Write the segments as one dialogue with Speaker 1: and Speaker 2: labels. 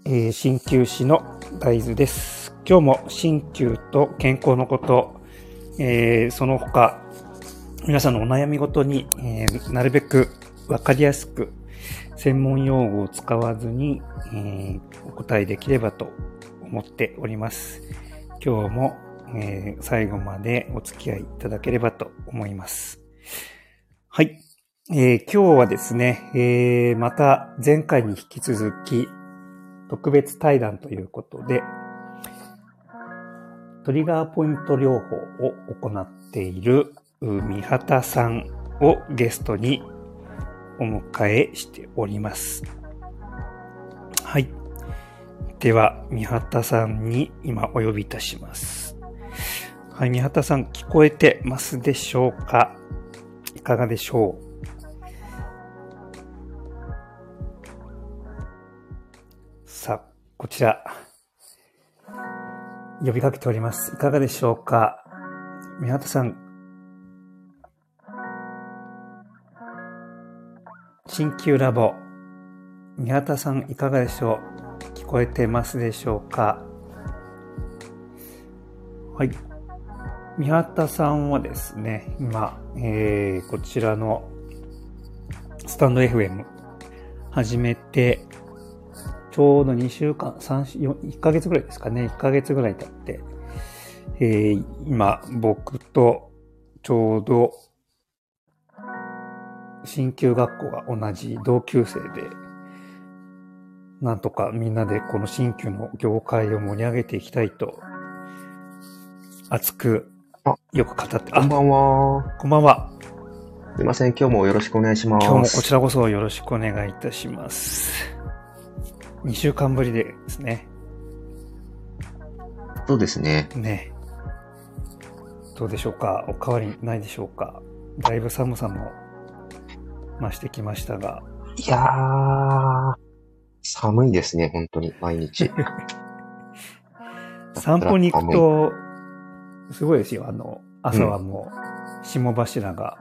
Speaker 1: 鍼灸師の大豆です。今日も鍼灸と健康のこと、その他皆さんのお悩みごとに、なるべくわかりやすく専門用語を使わずに、お答えできればと思っております。今日も、最後までお付き合いいただければと思います。はい。今日はですね、また前回に引き続き特別対談ということで、トリガーポイント療法を行っている三畑さんをゲストにお迎えしております。はい。では、三畑さんに今お呼びいたします。はい、三畑さん聞こえてますでしょうか？いかがでしょう？さあ、こちら、呼びかけております。いかがでしょうか？三畑さん、鍼灸ラボ、三畑さんいかがでしょう？聞こえてますでしょうか？はい。三畑さんはですね、今、こちらのスタンド FM 始めて、ちょうど2週間、1ヶ月ぐらいですかね。1ヶ月ぐらい経って、今、僕とちょうど、鍼灸学校が同じ同級生で、なんとかみんなでこの鍼灸の業界を盛り上げていきたいと、熱くよく語って、
Speaker 2: こんばんは。
Speaker 1: こんばんは。
Speaker 2: すいません、今日もよろしくお願いします。
Speaker 1: 今日もこちらこそよろしくお願いいたします。2週間ぶりですね。
Speaker 2: そうですね。
Speaker 1: ね。どうでしょうか？お変わりないでしょうか？だいぶ寒さも増してきましたが。
Speaker 2: いやー、寒いですね、本当に、毎日。
Speaker 1: 散歩に行くと、すごいですよ。朝はもう、霜柱が。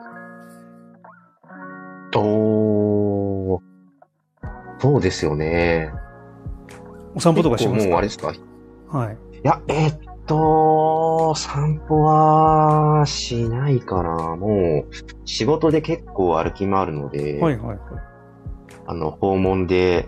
Speaker 2: そうですよね。
Speaker 1: お散歩とかしますか？
Speaker 2: もうあれですか？
Speaker 1: はい。
Speaker 2: いや、散歩はしないかな。もう、仕事で結構歩き回るので、
Speaker 1: はいはいはい。
Speaker 2: 訪問で、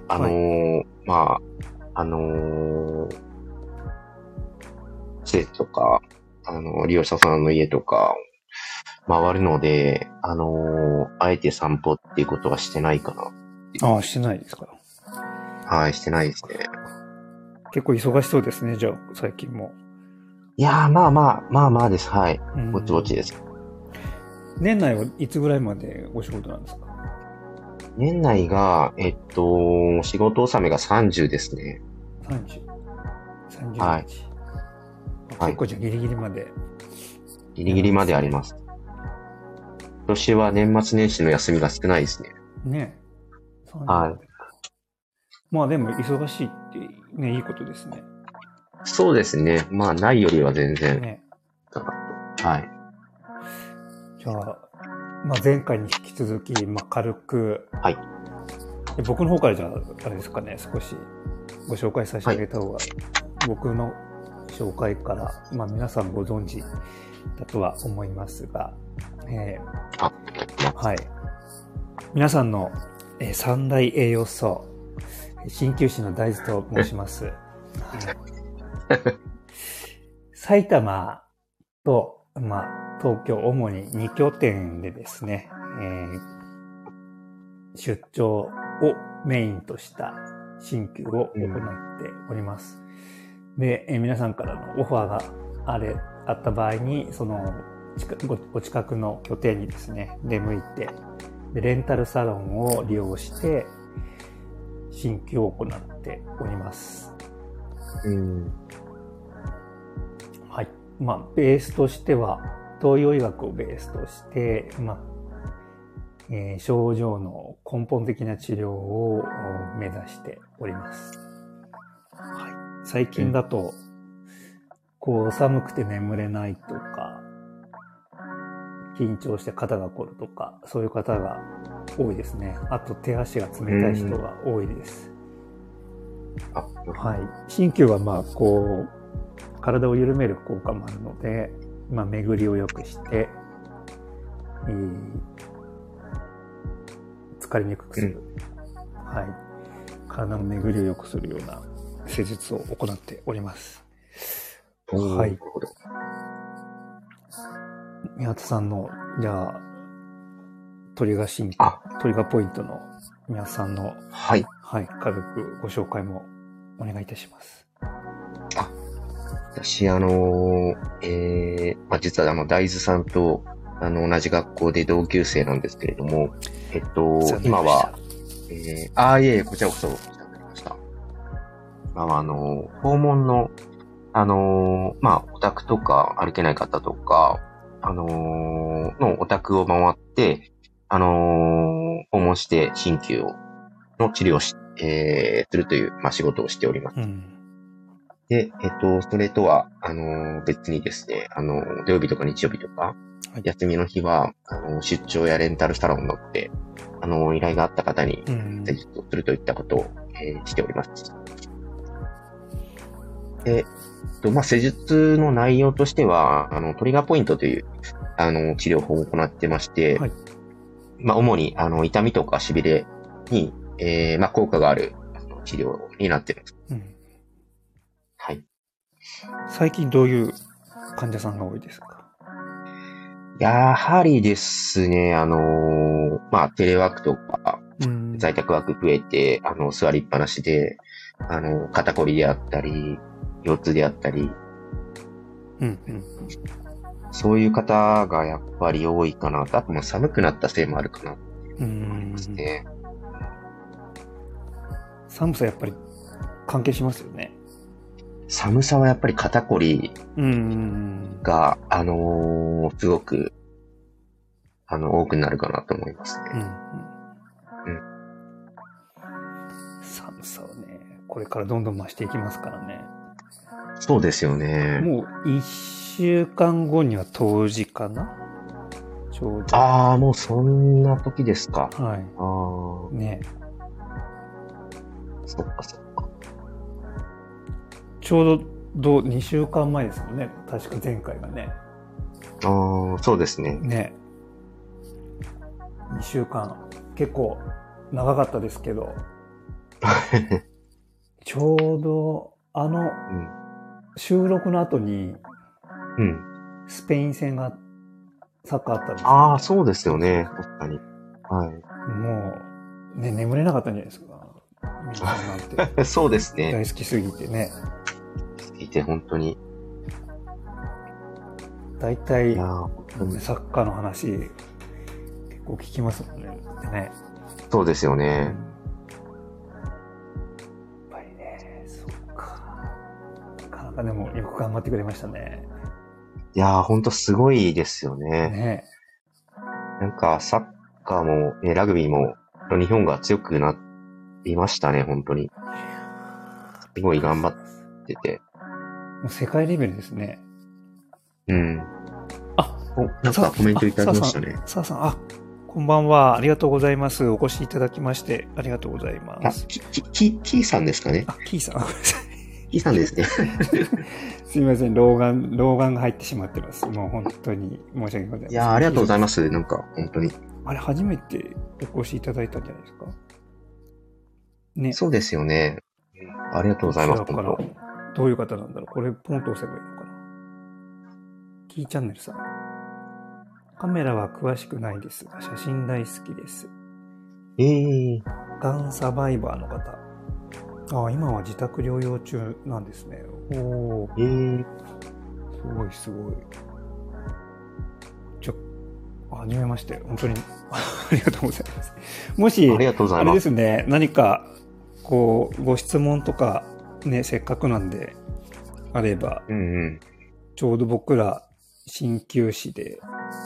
Speaker 2: 施設とか、利用者さんの家とか、回るので、あえて散歩っていうことはしてないかな。
Speaker 1: ああ、してないですか？
Speaker 2: はい、してないですね。
Speaker 1: 結構忙しそうですね、じゃあ、最近も。
Speaker 2: いやー、まあです。はい。ぼちぼちです。
Speaker 1: 年内はいつぐらいまでお仕事なんですか？
Speaker 2: 年内が、仕事納めが30ですね。
Speaker 1: 30日。
Speaker 2: はい。
Speaker 1: 結構じゃあギリギリまで。
Speaker 2: ギリギリまであります。今年は年末年始の休みが少ないですね。
Speaker 1: ね。
Speaker 2: はい。
Speaker 1: まあでも忙しいってね、いいことですね。
Speaker 2: そうですね。まあ、ないよりは全然。
Speaker 1: ね。
Speaker 2: はい。
Speaker 1: じゃあ、まあ前回に引き続き、まあ軽く。
Speaker 2: はい。
Speaker 1: 僕の方からじゃあ、あれですかね、少しご紹介させてあげた方が、僕の紹介から、まあ皆さんご存知だとは思いますが、はい。皆さんの、三大栄養素、鍼灸師の大豆と申します。はい、埼玉と、まあ、東京、主に2拠点でですね、出張をメインとした鍼灸を行っております。で、皆さんからのオファーがあった場合に、そのお近くの拠点にですね、出向いて、でレンタルサロンを利用して鍼灸を行っております。はい。まあ、ベースとしては、東洋医学をベースとして、まあ、症状の根本的な治療を目指しております。はい。最近だと、こう、寒くて眠れないとか、緊張して肩が凝るとか、そういう方が多いですね。あと手足が冷たい人が多いです。 はい。鍼灸はこう、体を緩める効果もあるので、巡りを良くして、疲れにくくする。はい。体の巡りを良くするような施術を行っております。はい。宮田さんの、じゃあ、トリガーポイントの宮田さんの、
Speaker 2: はい。
Speaker 1: はい。軽くご紹介もお願いいたします。
Speaker 2: 私、実は大豆さんと、同じ学校で同級生なんですけれども、今は、いえ、こちらこそ、お世話になりました。今は、訪問の、お宅とか歩けない方とか、のお宅を回って、訪問して鍼灸の治療をするという、仕事をしております。で、それとは、別にですね、土曜日とか日曜日とか、休みの日は、出張やレンタルサロンに乗って、依頼があった方に、施術をするといったことを、しております。で、施術の内容としては、トリガーポイントという、治療法を行ってまして、はい、主に、痛みとか痺れに、効果がある治療になっています。はい。
Speaker 1: 最近どういう患者さんが多いですか？
Speaker 2: やはりですね、テレワークとか、在宅ワーク増えて、座りっぱなしで、肩こりであったり、腰痛であったり、そういう方がやっぱり多いかなと、あと寒くなったせいもあるかなと思いますね。
Speaker 1: 寒さやっぱり関係しますよね。
Speaker 2: 寒さはやっぱり肩こりが、すごく、多くなるかなと思いますね。
Speaker 1: 寒さはね、これからどんどん増していきますからね。
Speaker 2: そうですよね。
Speaker 1: もう1週間後には冬至かな？ちょうど。
Speaker 2: もうそんな時ですか。
Speaker 1: はい。ね。
Speaker 2: そっかそっか。
Speaker 1: ちょうど2週間前ですもんね。確か前回がね。
Speaker 2: そうですね。
Speaker 1: ね。2週間。結構長かったですけど。ちょうど収録の後に、スペイン戦がサッカーあったんですよ、
Speaker 2: そうですよね。確かに。はい。
Speaker 1: もう、ね、眠れなかったんじゃないですか。皆さんなんて。
Speaker 2: そうですね。
Speaker 1: 大好きすぎてね。
Speaker 2: 本当に。
Speaker 1: 大体、サッカーの話、結構聞きますもんね。
Speaker 2: そうですよね。
Speaker 1: やっぱりね、そっか。なかなかでもよく頑張ってくれましたね。
Speaker 2: いやー、ほんとすごいですよね。なんか、サッカーも、ラグビーも、日本が強くなりましたね、本当に。すごい頑張ってて。
Speaker 1: もう世界レベルですね。
Speaker 2: なんかコメントいただきましたね。
Speaker 1: さあさん、こんばんは。ありがとうございます。お越しいただきまして、ありがとうございます。
Speaker 2: キーさんですかね。
Speaker 1: キーさん。ごめんなさい。
Speaker 2: キーさんですね。
Speaker 1: すみません。老眼が入ってしまってます。もう本当に申し訳ございません。
Speaker 2: いや、ありがとうございます。なんか、本当に。
Speaker 1: あれ、初めてお越しいただいたんじゃないですかね。
Speaker 2: そうですよね。ありがとうございます。
Speaker 1: こちらからどういう方なんだろう。これ、ポンと押せばいいのかな。キーチャンネルさん。カメラは詳しくないですが、写真大好きです。がんサバイバーの方。今は自宅療養中なんですね。すごいすごい。はじめまして。本当にありがとうございます。もし、あれですね、何か、ご質問とか、ね、せっかくなんで、あれば、ちょうど僕ら、鍼灸師で、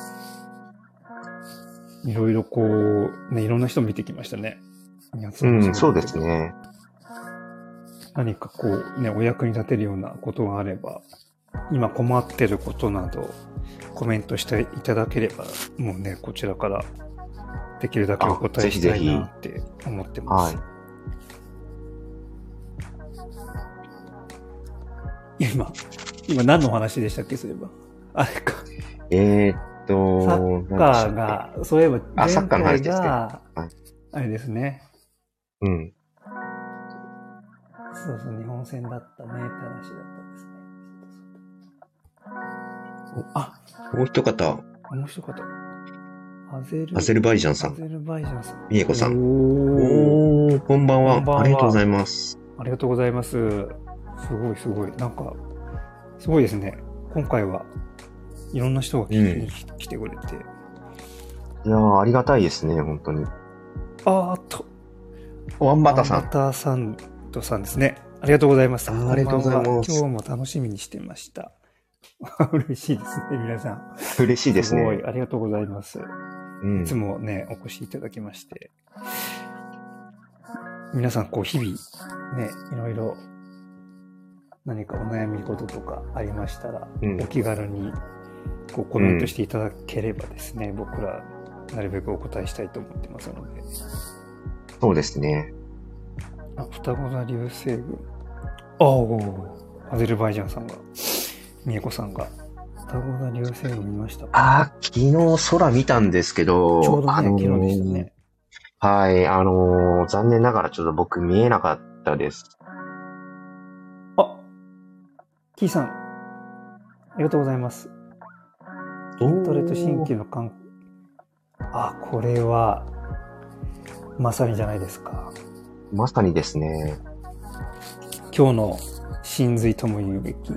Speaker 1: いろいろいろんな人見てきましたね。
Speaker 2: そうですね。
Speaker 1: 何かお役に立てるようなことがあれば、今困ってることなど、コメントしていただければ、もうね、こちらからできるだけお答えしたいなって思ってます。 今何の話でしたっけ、そういえば。あれか。サッカーが、そういえば、
Speaker 2: サッカーの話ですね。
Speaker 1: あれですね。
Speaker 2: うん。
Speaker 1: そうそう、日本戦だったねって話だったんですね。
Speaker 2: もう一方。アゼルバイジャンさん。みえこさん。こんばんは。ありがとうございます。
Speaker 1: ありがとうございます。すごい。なんか、すごいですね。今回はいろんな人が聞きに来てくれて。
Speaker 2: いやー、ありがたいですね、本当に。ワンバタさん。
Speaker 1: ワンバタサンドさんですね。ありがとうございます。
Speaker 2: ありがとうございます。
Speaker 1: 今日も楽しみにしてました。嬉しいですね、皆さん。
Speaker 2: 嬉しいですね。
Speaker 1: すごい、ありがとうございます。いつもね、お越しいただきまして。皆さん、こう、日々、ね、いろいろ、何かお悩み事とかありましたら、お気軽に、こう、コメントしていただければですね、僕ら、なるべくお答えしたいと思ってますので。
Speaker 2: そうですね。
Speaker 1: 双子座流星群。アゼルバイジャンさんが、みえこさんが、双子座流星群見ましたか？
Speaker 2: 昨日空見たんですけど、
Speaker 1: ちょうどね、昨日でしたね。
Speaker 2: はい、残念ながらちょっと僕見えなかったです。
Speaker 1: キーさん、ありがとうございます。筋トレと新旧の関係。これは、まさにじゃないですか。
Speaker 2: まさにですね。
Speaker 1: 今日の真髄とも言うべき。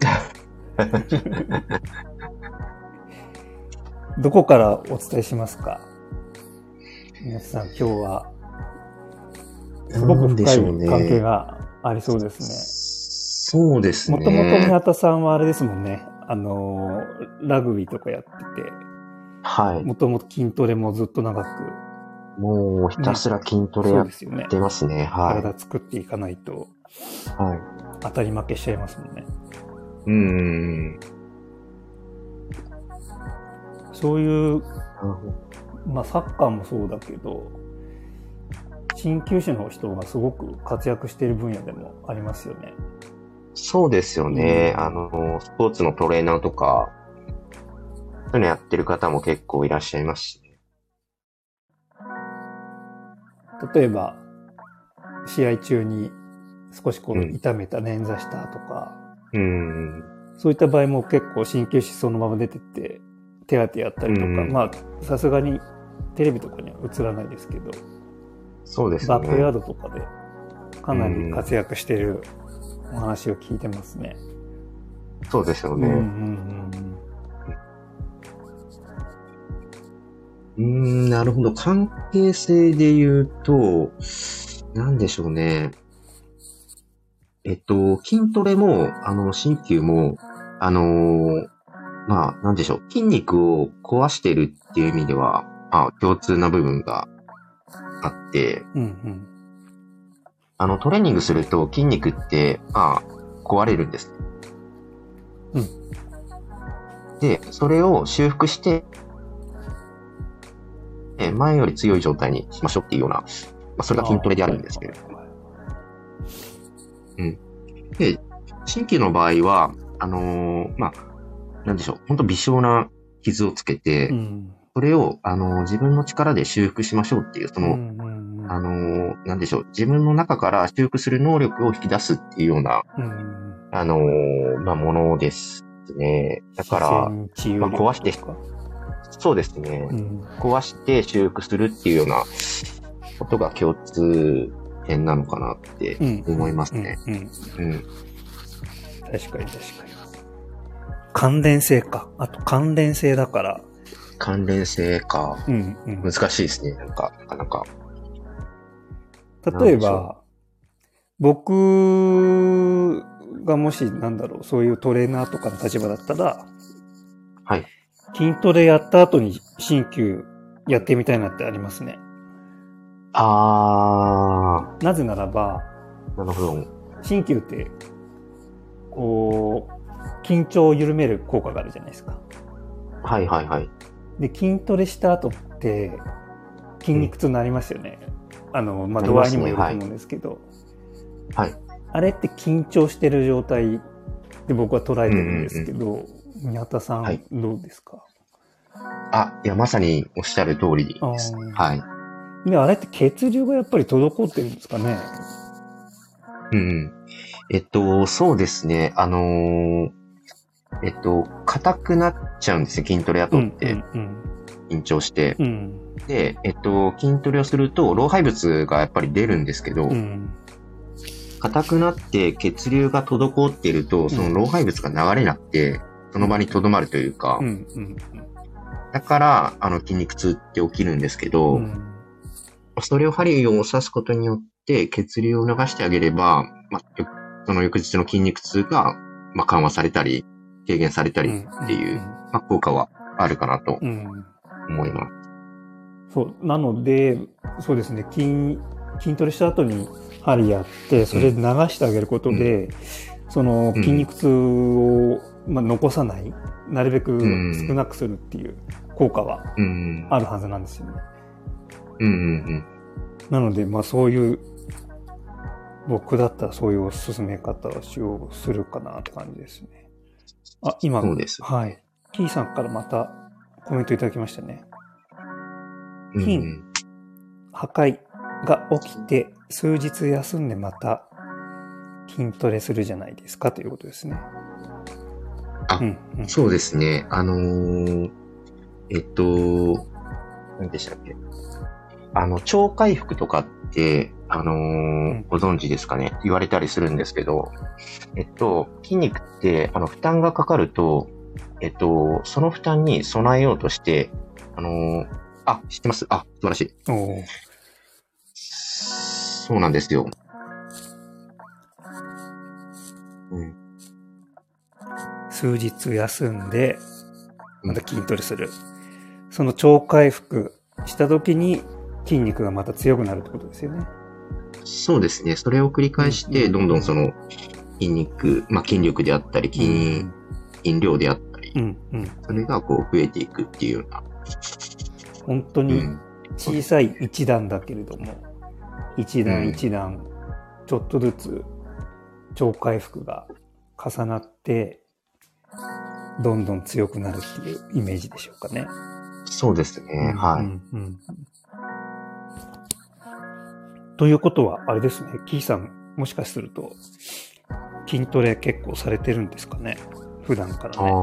Speaker 1: どこからお伝えしますか？皆さん、今日は、すごく深い関係がありそうですね。
Speaker 2: そうですね。
Speaker 1: もともと宮田さんはあれですもんね。ラグビーとかやってて。
Speaker 2: はい。
Speaker 1: もともと筋トレもずっと長く。
Speaker 2: もうひたすら筋トレやってますね。はい。
Speaker 1: 体作っていかないと。
Speaker 2: はい。
Speaker 1: 当たり負けしちゃいますもんね。そういう、サッカーもそうだけど、鍼灸師の人がすごく活躍している分野でもありますよね。
Speaker 2: そうですよね。スポーツのトレーナーとか、そういうのやってる方も結構いらっしゃいますしね。
Speaker 1: 例えば、試合中に少し痛めた、捻挫したとか、そういった場合も結構鍼灸師そのまま出てって手当てやったりとか、さすがにテレビとかには映らないですけど、
Speaker 2: そうですね。
Speaker 1: バックヤードとかでかなり活躍しているお話を聞いてますね。
Speaker 2: そうですよね。なるほど。関係性で言うと、なんでしょうね。筋トレも、鍼灸も、なんでしょう。筋肉を壊してるっていう意味では、共通な部分があって、トレーニングすると筋肉って、壊れるんです。で、それを修復して、前より強い状態にしましょうっていうような、それが筋トレであるんですけれども。で、鍼灸の場合は、なんでしょう、本当微小な傷をつけて、それを、自分の力で修復しましょうっていう、なんでしょう、自分の中から修復する能力を引き出すっていうような、ものですね。だから、壊して、そうですね、壊して修復するっていうようなことが共通点なのかなって思いますね。
Speaker 1: 確かに。関連性か。あと関連性だから。
Speaker 2: 関連性か。難しいですね。なかなか。
Speaker 1: 例えば、僕がもしそういうトレーナーとかの立場だったら、
Speaker 2: はい。
Speaker 1: 筋トレやった後に鍼灸やってみたいなってありますね。なぜならば、
Speaker 2: なるほど。
Speaker 1: 鍼灸って、緊張を緩める効果があるじゃないですか。
Speaker 2: はいはいはい。
Speaker 1: で、筋トレした後って筋肉痛になりますよね。度合いにもよると思うんですけど。
Speaker 2: はい。
Speaker 1: あれって緊張してる状態で僕は捉えてるんですけど、宮田さんどうですか？
Speaker 2: いや、まさにおっしゃる通りです。はい。
Speaker 1: で、あれって血流がやっぱり滞ってるんですかね？
Speaker 2: そうですね。硬くなっちゃうんですよ、筋トレ後って。緊張して。で、筋トレをすると、老廃物がやっぱり出るんですけど、硬くなって血流が滞っていると、その老廃物が流れなくて、その場に留まるというか、だから、筋肉痛って起きるんですけど、それを針を刺すことによって血流を流してあげれば、その翌日の筋肉痛が、緩和されたり、軽減されたりっていう、効果はあるかなと思います。
Speaker 1: そう。なので、そうですね、筋トレした後に針やって、それで流してあげることで、その筋肉痛を、残さない、なるべく少なくするっていう効果はあるはずなんですよね。なので、そういう、僕だったらそういうおすすめ方をするかなって感じですね。今、
Speaker 2: そうです。
Speaker 1: はい。キーさんからまたコメントいただきましたね。筋破壊が起きて数日休んでまた筋トレするじゃないですかということですね。
Speaker 2: そうですね。何でしたっけ。超回復とかって、ご存知ですかね。言われたりするんですけど、筋肉って、負担がかかると、その負担に備えようとして、知ってます？素晴らしい。そうなんですよ。
Speaker 1: 数日休んで、また筋トレする。その超回復した時に筋肉がまた強くなるってことですよね。
Speaker 2: そうですね。それを繰り返して、どんどんその筋肉、筋力であったり、筋量であったり、それがこう増えていくっていうような。
Speaker 1: 本当に小さい一段だけれども、一段一段、ちょっとずつ超回復が重なって、どんどん強くなるっていうイメージでしょうかね。
Speaker 2: そうですね。はい。
Speaker 1: ということは、あれですね、キーさん、もしかすると、筋トレ結構されてるんですかね、普段からね。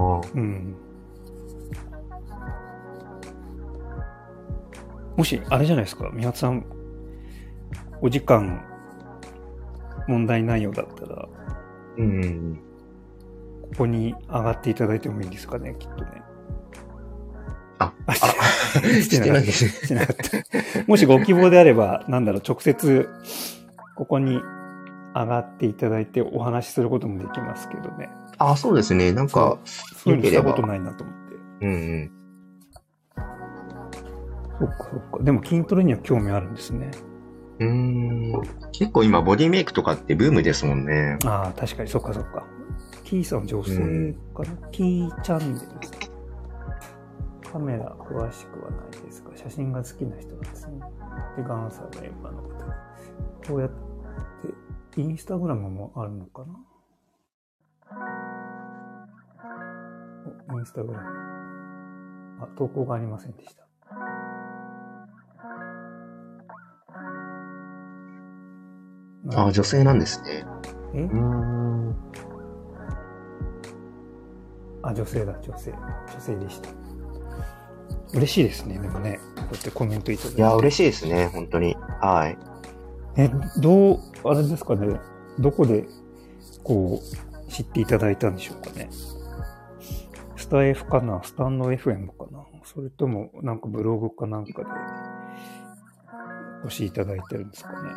Speaker 1: もし、あれじゃないですか、宮津さん、お時間、問題ないようだったら、ここに上がっていただいてもいいですかね、きっとね。してなかった。もしご希望であれば、直接、ここに上がっていただいてお話しすることもできますけどね。
Speaker 2: そうですね。
Speaker 1: そういうのしたことないなと思って。そっか。でも筋トレには興味あるんですね。
Speaker 2: 結構今ボディメイクとかってブームですもんね。
Speaker 1: 確かに、そっか。キーさん女性かな、キーチャンネル。カメラ詳しくはないですが、写真が好きな人なんですね。で、ガンサーの円盤の方。こうやって、インスタグラムもあるのかな？インスタグラム。投稿がありませんでした。
Speaker 2: 女性なんですね。
Speaker 1: 女性でした。嬉しいですね、でもね、こうやってコメントいただいて。
Speaker 2: いや、嬉しいですね、本当に。はい。
Speaker 1: あれですかね、どこで、知っていただいたんでしょうかね。スタ F かな、スタンド FM かな、それとも、ブログかなんかで、お越しいただいてるんですかね。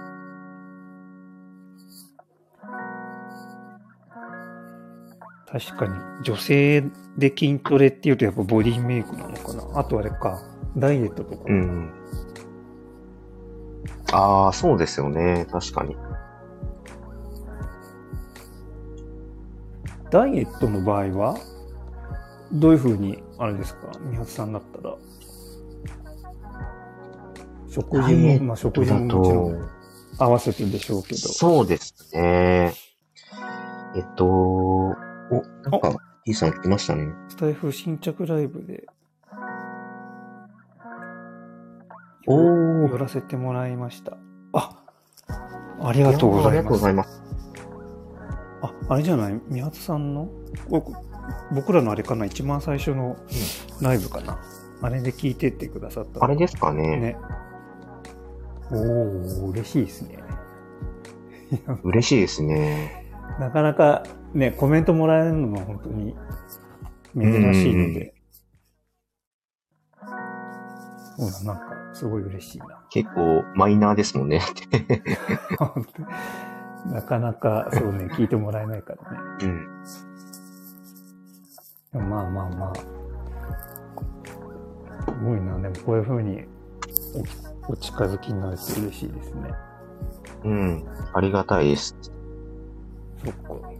Speaker 1: 確かに、女性で筋トレっていうとやっぱボディメイクなのかな。あとあれか、ダイエットとか。
Speaker 2: そうですよね。確かに。
Speaker 1: ダイエットの場合は、どういうふうに、あれですか、宮津さんだったら。食事ももちろん合わせてでしょうけど。
Speaker 2: そうですね。 お、なんか、T さん来ましたね。
Speaker 1: スタイフ新着ライブで
Speaker 2: おー。
Speaker 1: 寄らせてもらいました。ありがとうございます。
Speaker 2: ありがとうございます。
Speaker 1: あれじゃない、宮津さんの僕らのあれかな、一番最初のライブかな。あれで聞いてってくださった。
Speaker 2: あれですかね。
Speaker 1: 嬉しいですね。
Speaker 2: 嬉しいですね。
Speaker 1: なかなかね、コメントもらえるのも本当に珍しいので。そうだ、なんかすごい嬉しいな。
Speaker 2: 結構マイナーですもんね。
Speaker 1: なかなかそうね、聞いてもらえないからね。うん。まあ。すごいな、でもこういう風にお近づきになると嬉しいですね。
Speaker 2: うん、ありがたいです。
Speaker 1: そっか。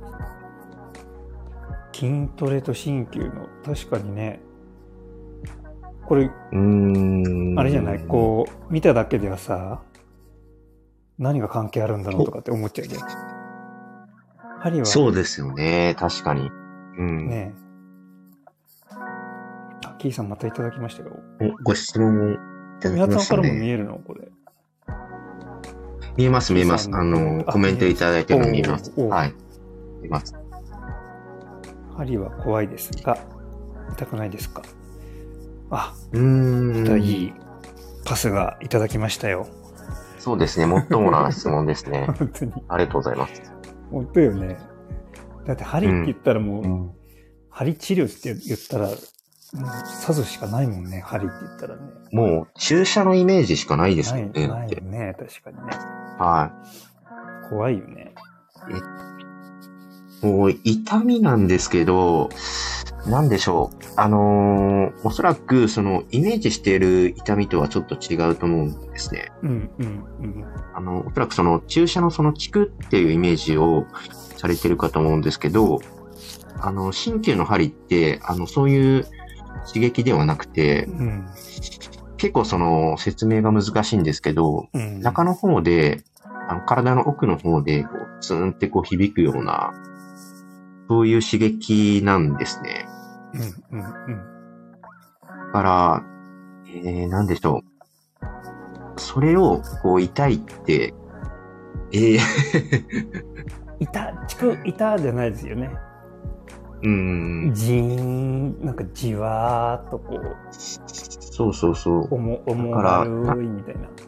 Speaker 1: 筋トレと鍼灸の、確かにね、これ、あれじゃない、こう、見ただけではさ、何が関係あるんだろうとかって思っちゃうけど。針は。
Speaker 2: そうですよね、確かに。うん。
Speaker 1: ねえ。キーさんまたいただきましたよ。
Speaker 2: ご質問をいただきましたね。
Speaker 1: 宮津さんからも見えるのこれ。
Speaker 2: 見えます。コメントいただいてるの見えます。はい。見えます。
Speaker 1: 針は怖いですが、痛くないですか？いいパスがいただきましたよ。
Speaker 2: そうですね。もっともな質問ですね。
Speaker 1: 本当に。
Speaker 2: ありがとうございます。
Speaker 1: 本当よね。だって針って言ったらもう、針治療って言ったら、刺すしかないもんね、針って言ったらね。
Speaker 2: もう注射のイメージしかないですよね。
Speaker 1: ないよね、確かにね。
Speaker 2: はい。
Speaker 1: 怖いよね。
Speaker 2: もう痛みなんですけど、なんでしょう。おそらくそのイメージしている痛みとはちょっと違うと思うんですね。おそらくその注射のその効くっていうイメージをされてるかと思うんですけど、鍼灸の針って、そういう刺激ではなくて、結構その説明が難しいんですけど、中の方で、体の奥の方でこうツーンってこう響くような、そういう刺激なんですね。だから、なんでしょう。それを、こう、痛いって、
Speaker 1: 痛じゃないですよね。じーん、なんかじわーっとこう。
Speaker 2: そう。
Speaker 1: 重軽いみたいな。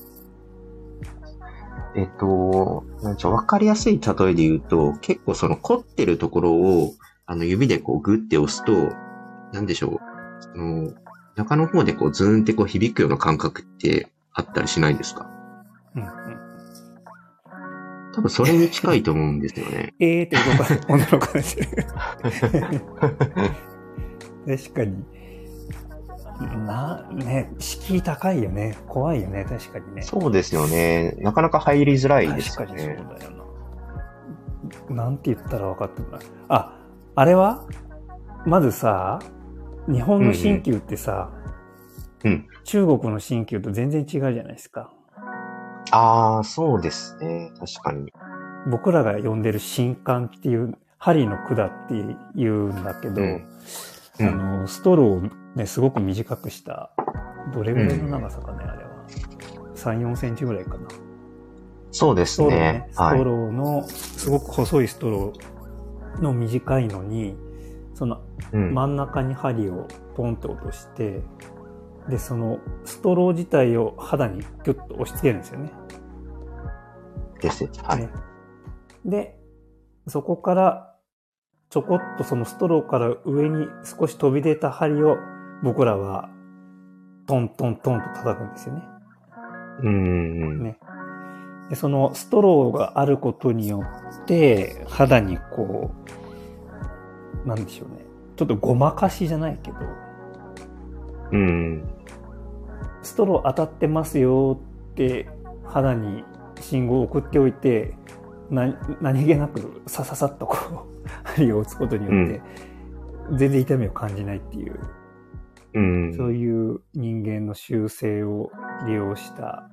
Speaker 2: なんちゃわかりやすい例えで言うと、結構その凝ってるところを、指でこうグッて押すと、なんでしょう。中の方でこうズーンってこう響くような感覚ってあったりしないですか？多分それに近いと思うんですよね。
Speaker 1: って驚かれてる。確かに。敷居高いよね。怖いよね、確かにね。
Speaker 2: そうですよね。なかなか入りづらいですよね。
Speaker 1: 確かにそうだよな。なんて言ったら分かってもらう。あれはまずさ、日本の鍼灸ってさ、中国の鍼灸と全然違うじゃないですか。
Speaker 2: そうですね。確かに。
Speaker 1: 僕らが呼んでる針管っていう、針の管って言うんだけど、ストローをね、すごく短くした、どれぐらいの長さかね、あれは。3、4センチぐらいかな。
Speaker 2: そうですね。
Speaker 1: ストローの、すごく細いストローの短いのに、その真ん中に針をポンと落として、で、そのストロー自体を肌にギュッと押し付けるんですよね。
Speaker 2: ですね。はい。
Speaker 1: で、そこからちょこっとそのストローから上に少し飛び出た針を僕らはトントントンと叩くんですよね。で、そのストローがあることによって肌にこう、なんでしょうね。ちょっとごまかしじゃないけど、ストロー当たってますよって肌に信号を送っておいて、何気なくさっとこう針を打つことによって、全然痛みを感じないっていう、そういう人間の習性を利用した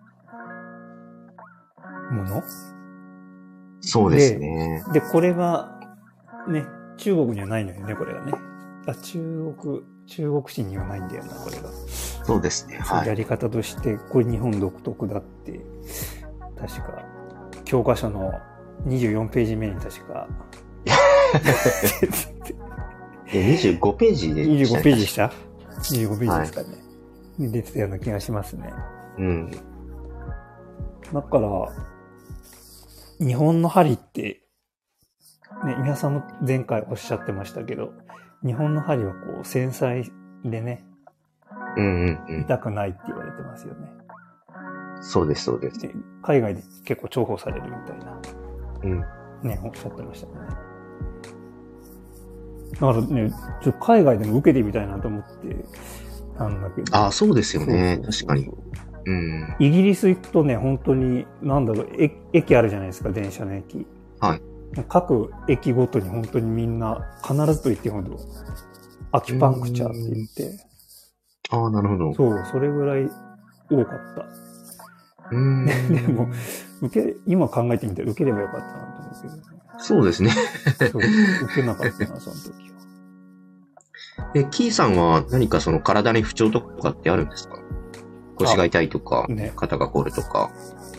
Speaker 1: もの。
Speaker 2: そうですね。
Speaker 1: で、これがね、 中国にはないのよね、これがね。中国史にはないんだよな、これが。
Speaker 2: そうですね。はい。
Speaker 1: やり方として、これ日本独特だって、確か、教科書の24ページ目に確か。
Speaker 2: 25ページで
Speaker 1: した。25ページでした ?25 ページですかね、はい。出てたような気がしますね。
Speaker 2: うん。
Speaker 1: だから、日本の針って、ね、皆さんも前回おっしゃってましたけど、日本の針はこう繊細でね、痛くないって言われてますよね。
Speaker 2: そうです、そうです。
Speaker 1: で海外で結構重宝されるみたいな。ね、おっしゃってましたね。だからね、海外でも受けてみたいなと思ってたんだけど。
Speaker 2: あ、そうですよね。確かに。
Speaker 1: イギリス行くとね、本当に、駅あるじゃないですか、電車の駅。
Speaker 2: はい。
Speaker 1: 各駅ごとに本当にみんな必ずと言ってほどアキュパンクチャーって言って。
Speaker 2: ああ、なるほど。
Speaker 1: そう、それぐらい多かった。でも、今考えてみたら受ければよかったなと思うけどね。
Speaker 2: そうですね。
Speaker 1: そう、受けなかったな、その時
Speaker 2: は。キーさんは何かその体に不調とかってあるんですか？腰が痛いとか、ね、肩が凝るとか。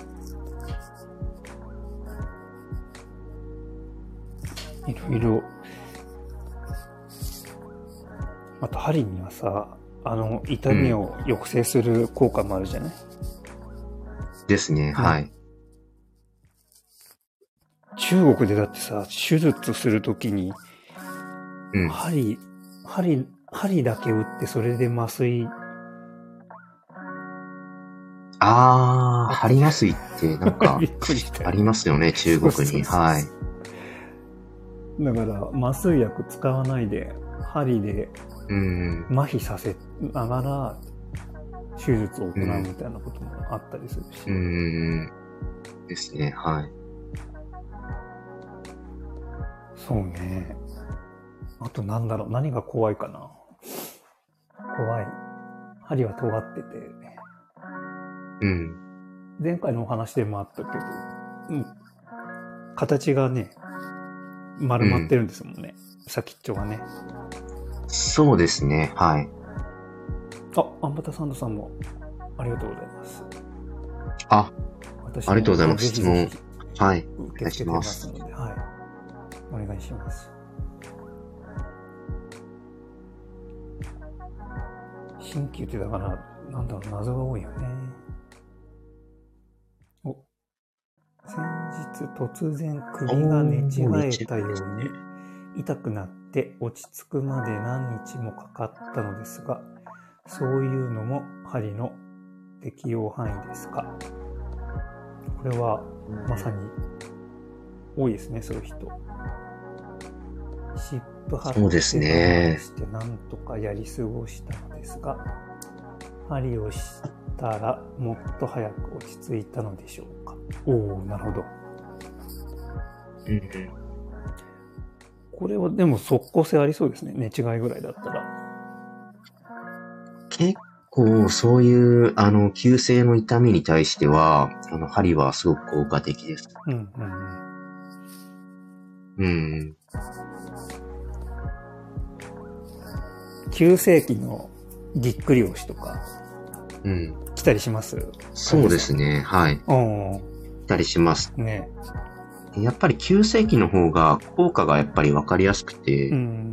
Speaker 1: いろいろ。あと、針にはさ、痛みを抑制する効果もあるじゃない？
Speaker 2: ですね、はい。
Speaker 1: 中国でだってさ、手術するときに、針だけ打ってそれで麻酔。
Speaker 2: 針麻酔ってなんか、ありますよね、中国に。はい。
Speaker 1: だから、麻酔薬使わないで、針で麻痺させながら、手術を行うみたいなこともあったりするし。
Speaker 2: ですね、はい。
Speaker 1: そうね。あと何が怖いかな。怖い。針は尖ってて。前回のお話でもあったけど、形がね、丸まってるんですもんね。先っちょがね。
Speaker 2: そうですね、はい。
Speaker 1: アンバタサンドさんもありがとうございます。
Speaker 2: ありがとうございます。質問。はい。
Speaker 1: 受け付けてますので、はい。お願いします。鍼灸ってだから、謎が多いよね。先日突然首が寝違えたように痛くなって落ち着くまで何日もかかったのですが、そういうのも針の適用範囲ですか？これはまさに多いですね、そういう人。湿布貼って我慢してなんとかやり過ごしたのですが、針をしたらもっと早く落ち着いたのでしょうか。なるほど。これはでも即効性ありそうですね。寝違いぐらいだったら。
Speaker 2: 結構そういう急性の痛みに対しては針はすごく効果的です。
Speaker 1: 急性期のぎっくり腰とか来たりします？
Speaker 2: そうですね、はい。来たりします
Speaker 1: ね。
Speaker 2: やっぱり急性期の方が効果がやっぱり分かりやすくて、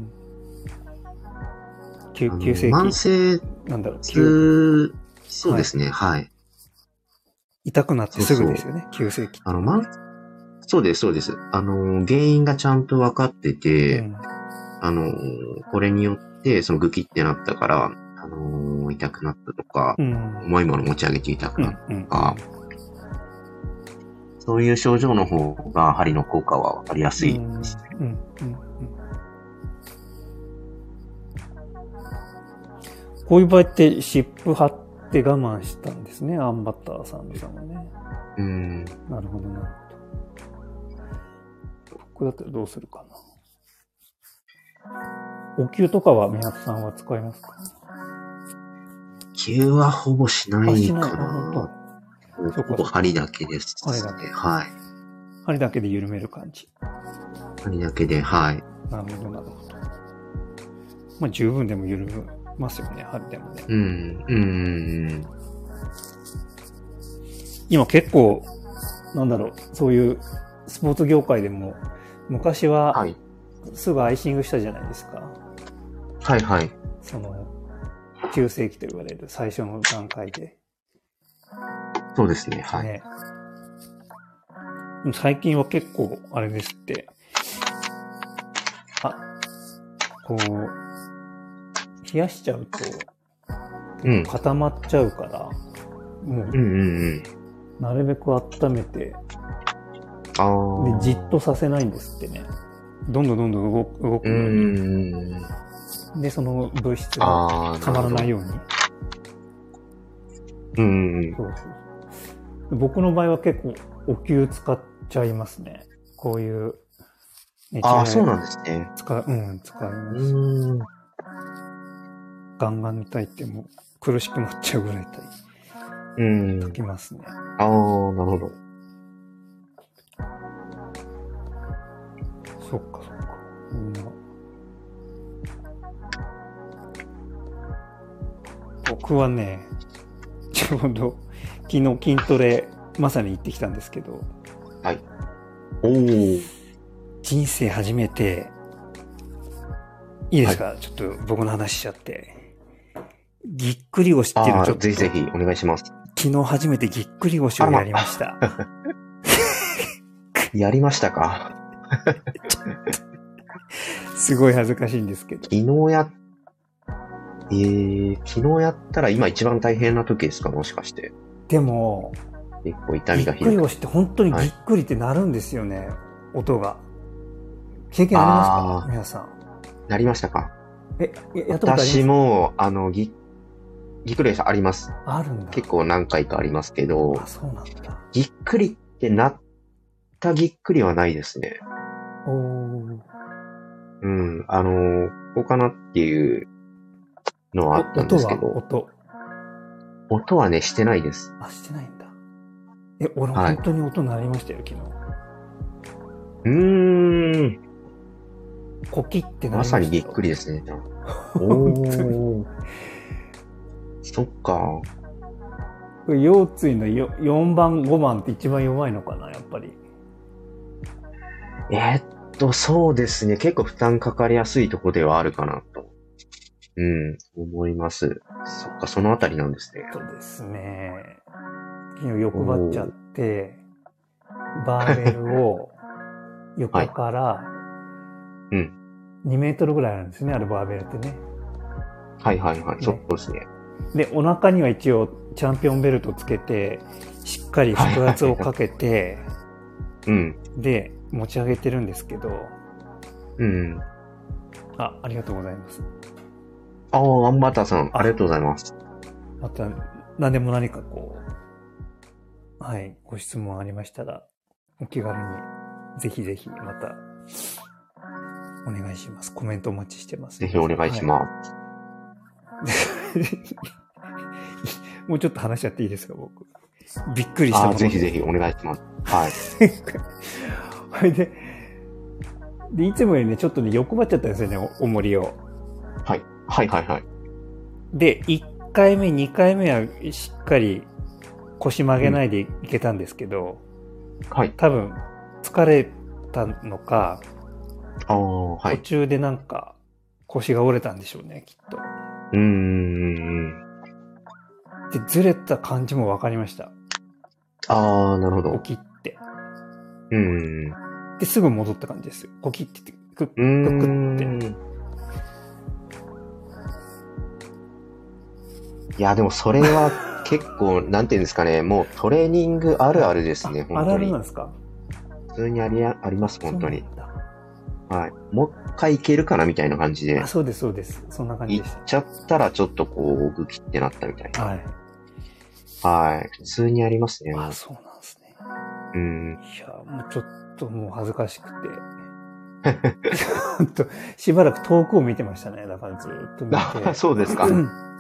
Speaker 1: 急性期
Speaker 2: 慢性痛、そうですね、はい。
Speaker 1: 痛くなってすぐですよね、急性期。
Speaker 2: そうです、そうです。原因がちゃんと分かってて、これによってそのグキってなったから、痛くなったとか、重いもの持ち上げて痛くなったとか、そういう症状の方が針の効果は分かりやすいですね。
Speaker 1: こういう場合って湿布貼って我慢したんですね、アンバッターさんはね。なるほど、なるほど。これだったらどうするかな。お灸とかは宮田さんは使いますか？
Speaker 2: 灸はほぼしないかな。ほぼ針だけですね。はい。
Speaker 1: 針だけで緩める感じ。
Speaker 2: 針だけで、はい。
Speaker 1: なるほど、なるほど。まあ十分でも緩みますよね、針でもね。今結構、なんだろう、そういうスポーツ業界でも、昔は、すぐアイシングしたじゃないですか。
Speaker 2: はいはい。
Speaker 1: その、急性期と言われる最初の段階で。
Speaker 2: そうですね、はい。
Speaker 1: ね、最近は結構、あれですって、こう、冷やしちゃうと、固まっちゃうから、もう、なるべく温めて、で、じっとさせないんですってね。どんどん動くように。で、その物質がたまらないように。そうそう。僕の場合は結構お灸使っちゃいますね。こういう。
Speaker 2: そうなんですね。
Speaker 1: 使います。ガンガン痛いっても苦しくなっちゃうぐらい痛い。書きますね。
Speaker 2: なるほど。
Speaker 1: そっかそっか。僕はね、ちょうど昨日筋トレまさに行ってきたんですけど。
Speaker 2: はい。
Speaker 1: 人生初めて、いいですか、ちょっと僕の話しちゃって。ぎっくり腰っていうのをちょっと。
Speaker 2: ぜひぜひお願いします。
Speaker 1: 昨日初めてぎっくり腰をやりました。
Speaker 2: やりましたか。
Speaker 1: すごい恥ずかしいんですけど。
Speaker 2: 昨日やったら今一番大変な時ですか、もしかして。
Speaker 1: でも、
Speaker 2: 結構痛みがひ
Speaker 1: どい。ぎっくり腰って本当にぎっくりってなるんですよね、音が。経験ありますか皆さん。
Speaker 2: なりましたか。
Speaker 1: やったことありますか。
Speaker 2: 私も、ぎっくり腰あります。
Speaker 1: あるんだ。
Speaker 2: 結構何回かありますけど。
Speaker 1: そうなんだ。
Speaker 2: ぎっくりってなったぎっくりはないですね。こうかなっていうのはあったんですけど。音はね、してないです。
Speaker 1: してないんだ。俺本当に音鳴りましたよ、昨日。コキってなりました。
Speaker 2: まさにぎっくりですね。そっか。
Speaker 1: 腰椎の4番、5番って一番弱いのかな、やっぱり。
Speaker 2: そうですね。結構負担かかりやすいとこではあるかなと。思います。そっか、そのあたりなんですね。
Speaker 1: そうですね。昨日欲張っちゃって、バーベルを横から2メートルぐらいあるんですね、あるバーベルってね。
Speaker 2: そうですね。
Speaker 1: で、お腹には一応チャンピオンベルトつけて、しっかり腹圧をかけて、で、持ち上げてるんですけど、ありがとうございます。
Speaker 2: アンバターさん、ありがとうございます。
Speaker 1: また、何でも何かご質問ありましたら、お気軽に、ぜひぜひ、また、お願いします。コメントお待ちしてます。
Speaker 2: ぜひお願いします。
Speaker 1: もうちょっと話しちゃっていいですか、僕。びっくりしたもの。
Speaker 2: ぜひぜひお願いします。
Speaker 1: で、いつもよりね、ちょっとね、欲張っちゃったんですよね、重りを。で、1回目、2回目はしっかり腰曲げないでいけたんですけど、多分、疲れたのか、途中でなんか腰が折れたんでしょうね、きっと。で、ずれた感じも分かりました。
Speaker 2: なるほど。
Speaker 1: コキって。で、すぐ戻った感じですよ。コキって言って、クッって。
Speaker 2: いや、でもそれは結構、なんていうんですかね、もうトレーニングあるあるですね、本当に。
Speaker 1: あるあるなんですか？
Speaker 2: 普通にあります、本当に。もう一回いけるかなみたいな感じで。
Speaker 1: そうです、そうです。そんな感じでした。
Speaker 2: いっちゃったらちょっとグキってなったみたいな。普通にありますね。
Speaker 1: そうなんですね。いや、もうちょっともう恥ずかしくて。ほんと、しばらく遠くを見てましたね。だからずっと見て。
Speaker 2: そうですか。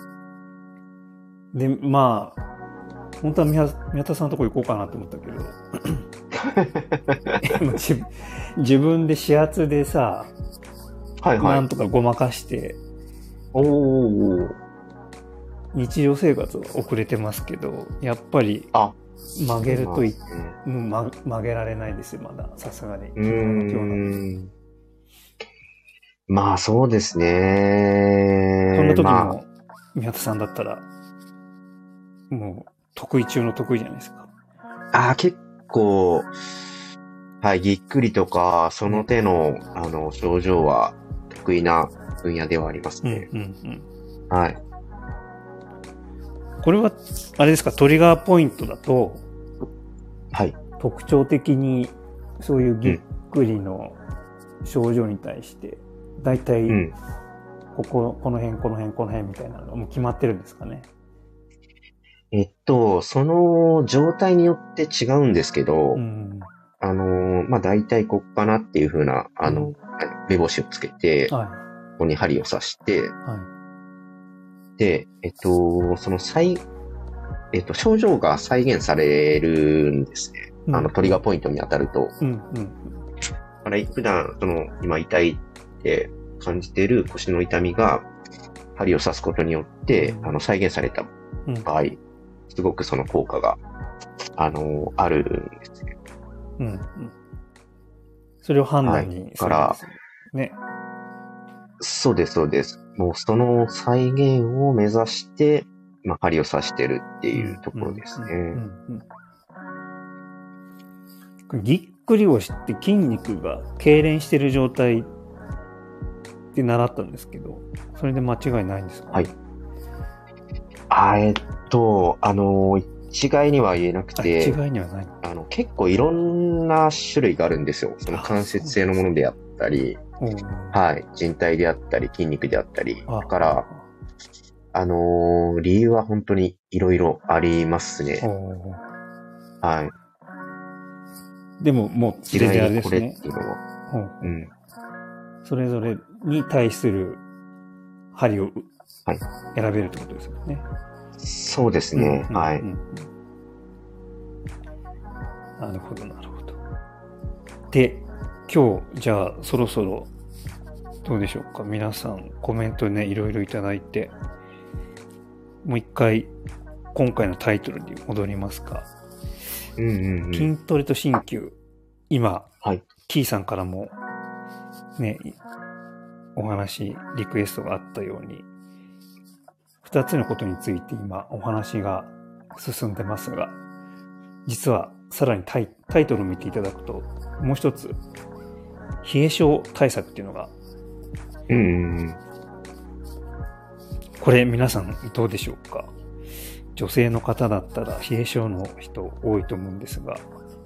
Speaker 1: で、まあ、本当は宮田さんのとこ行こうかなと思ったけど。自分で指圧でさ、
Speaker 2: はいはい。
Speaker 1: なんとかごまかして、
Speaker 2: おー。
Speaker 1: 日常生活を送れてますけど、やっぱり
Speaker 2: あ、
Speaker 1: 曲げると
Speaker 2: そうなんですね。
Speaker 1: 曲げられないですよ、まだ。さすがに。
Speaker 2: うーん。まあそうですね。
Speaker 1: そんな時
Speaker 2: ま
Speaker 1: も、宮田さんだったら、もう、得意中の得意じゃないですか。
Speaker 2: 結構、はい、ぎっくりとか、その手の、症状は得意な分野ではありますね。はい。
Speaker 1: これは、あれですか、トリガーポイントだと、
Speaker 2: はい。
Speaker 1: 特徴的に、そういうぎっくりの症状に対して、だいたい、この辺みたいなのがもう決まってるんですかね。
Speaker 2: その状態によって違うんですけど、まあ、大体こっかなっていう風な、目星をつけて、ここに針を刺して、で、その症状が再現されるんですね。トリガーポイントに当たると。普段、今痛いって感じている腰の痛みが、針を刺すことによって、再現された場合、すごくその効果が、あるんですね。
Speaker 1: それを判断にするんですね。
Speaker 2: そうです、そうです。もうその再現を目指して、まあ、針を刺してるっていうところですね。
Speaker 1: ぎっくり腰って筋肉が痙攣してる状態って習ったんですけど、それで間違いないんですか？
Speaker 2: はい。一概には言えなくて、
Speaker 1: 一概にはない。
Speaker 2: 結構いろんな種類があるんですよ。その関節性のものであったり、はい、人体であったり、筋肉であったり。だから、理由は本当にいろいろありますね。はい。
Speaker 1: でも、もう、全然あれですね。
Speaker 2: これっていうのは。
Speaker 1: それぞれに対する針を選べるってことですよね。
Speaker 2: そうですね。はい。
Speaker 1: なるほど、なるほど。で、今日、じゃあ、そろそろ、どうでしょうか。皆さん、コメントね、いろいろいただいて、もう一回、今回のタイトルに戻りますか。筋トレと鍼灸。今、キーさんからも、ね、お話、リクエストがあったように、二つのことについて今お話が進んでますが、実はさらにタイトルを見ていただくと、もう一つ、冷え性対策っていうのが、これ皆さんどうでしょうか？女性の方だったら冷え性の人多いと思うんですが、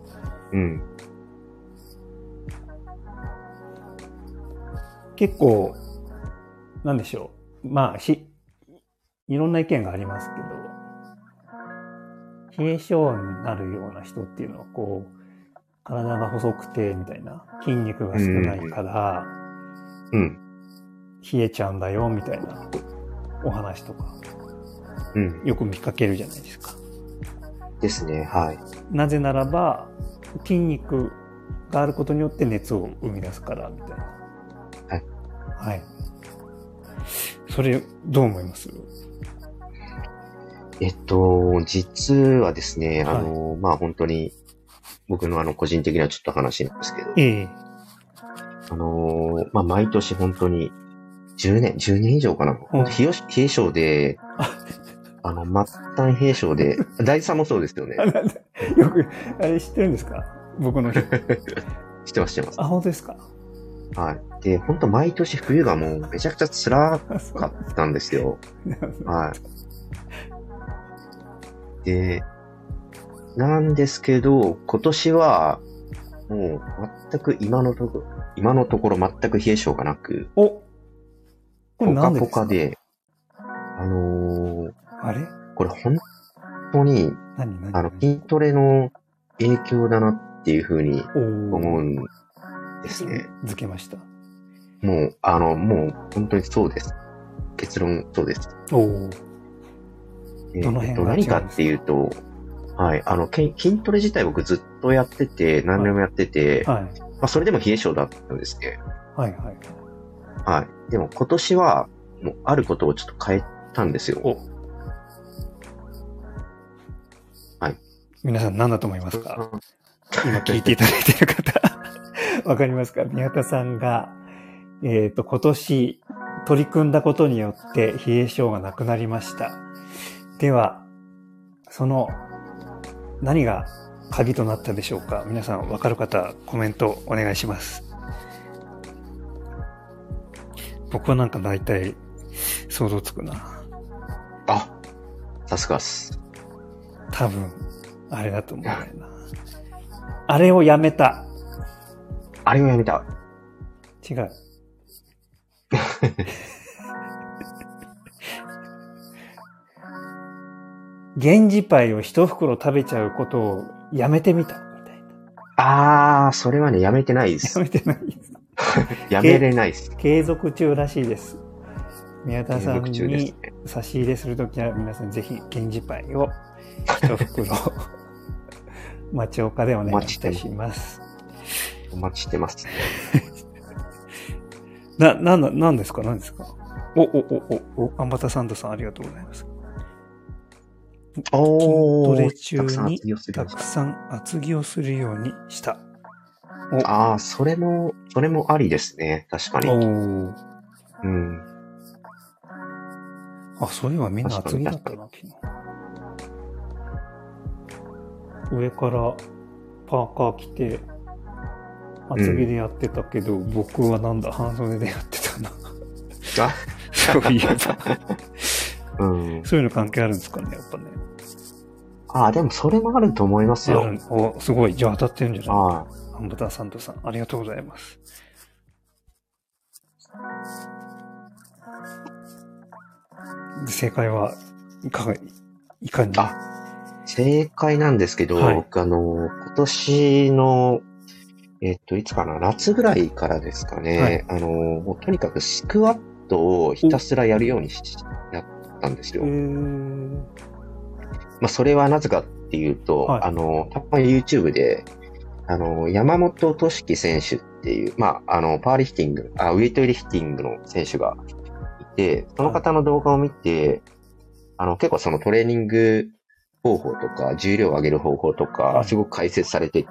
Speaker 1: 結構、なんでしょう。まあ、いろんな意見がありますけど、冷え性になるような人っていうのは、こう、体が細くて、みたいな、筋肉が少ないから、冷えちゃうんだよ、みたいなお話とか、よく見かけるじゃないですか。
Speaker 2: ですね、はい。
Speaker 1: なぜならば、筋肉があることによって熱を生み出すから、みたいな。はい。それ、どう思います？
Speaker 2: 実はですね、まあ本当に、僕の個人的なちょっと話なんですけど、まあ毎年本当に10年以上かな。冷え性で、末端冷え性で、大地さんもそうですよね。
Speaker 1: よく、あれ知ってるんですか？僕の。知
Speaker 2: ってます。
Speaker 1: あ、本当ですか？
Speaker 2: はい。で、本当毎年冬がもうめちゃくちゃ辛かったんですよ。はい。で、なんですけど、今年は、もう全く今のところ全く冷え性がなく、
Speaker 1: これ
Speaker 2: ポカポカで、
Speaker 1: あれ
Speaker 2: これ本当に、筋トレの影響だなっていうふうに思うんですね。
Speaker 1: づけました。
Speaker 2: もう本当にそうです。結論そうです。何かっていうと、はい、筋トレ自体僕ずっとやってて、何年もやってて、まあそれでも冷え性だったんですね。 はい。でも今年は、もうあることをちょっと変えたんですよ。
Speaker 1: お、
Speaker 2: はい。
Speaker 1: 皆さん何だと思いますか？
Speaker 2: うん
Speaker 1: 今聞いていただいている方、わかりますか？宮田さんが、今年取り組んだことによって冷え性がなくなりました。では、その何が鍵となったでしょうか？皆さんわかる方、コメントお願いします。僕はなんか大体想像つくな。
Speaker 2: あ、さすがっす。
Speaker 1: 多分、あれだと思うんだよな。あれをやめた。
Speaker 2: あれをやめた。
Speaker 1: 違う。源氏パイを一袋食べちゃうことをやめてみた。みたいな。
Speaker 2: それはね、やめてないで
Speaker 1: や
Speaker 2: す。
Speaker 1: めてないです。
Speaker 2: やめれないです。
Speaker 1: 継続中らしいです。宮田さん
Speaker 2: 継続中です
Speaker 1: に
Speaker 2: ね
Speaker 1: 差し入れするときは皆さんぜひ源氏パイを一袋町岡でお願いいたします。
Speaker 2: お待ちしてます。
Speaker 1: なんですか何ですか？アンバタサンドさんありがとうございます。筋トレ中にたくさん厚着をするようにした。
Speaker 2: それもありですね。確かに。うん。
Speaker 1: そういえばみんな厚着だったな、昨日。上からパーカー着て、厚着でやってたけど、僕はなんだ、半袖でやってたな。そういえば。そういうの関係あるんですかね、やっぱね。
Speaker 2: でもそれもあると思いますよ。
Speaker 1: すごい。じゃあ当たってるんじゃない
Speaker 2: ア
Speaker 1: ンバターサンドさん、ありがとうございます。正解はいかに？
Speaker 2: 正解なんですけど、僕今年の、いつかな、夏ぐらいからですかね、もうとにかくスクワットをひたすらやるようにやったんですよ。それはなぜかっていうと、たまに YouTube で、山本俊樹選手っていう、パワーリフティング、ウエイトリフティングの選手がいて、その方の動画を見て、結構そのトレーニング方法とか、重量を上げる方法とか、すごく解説されてて、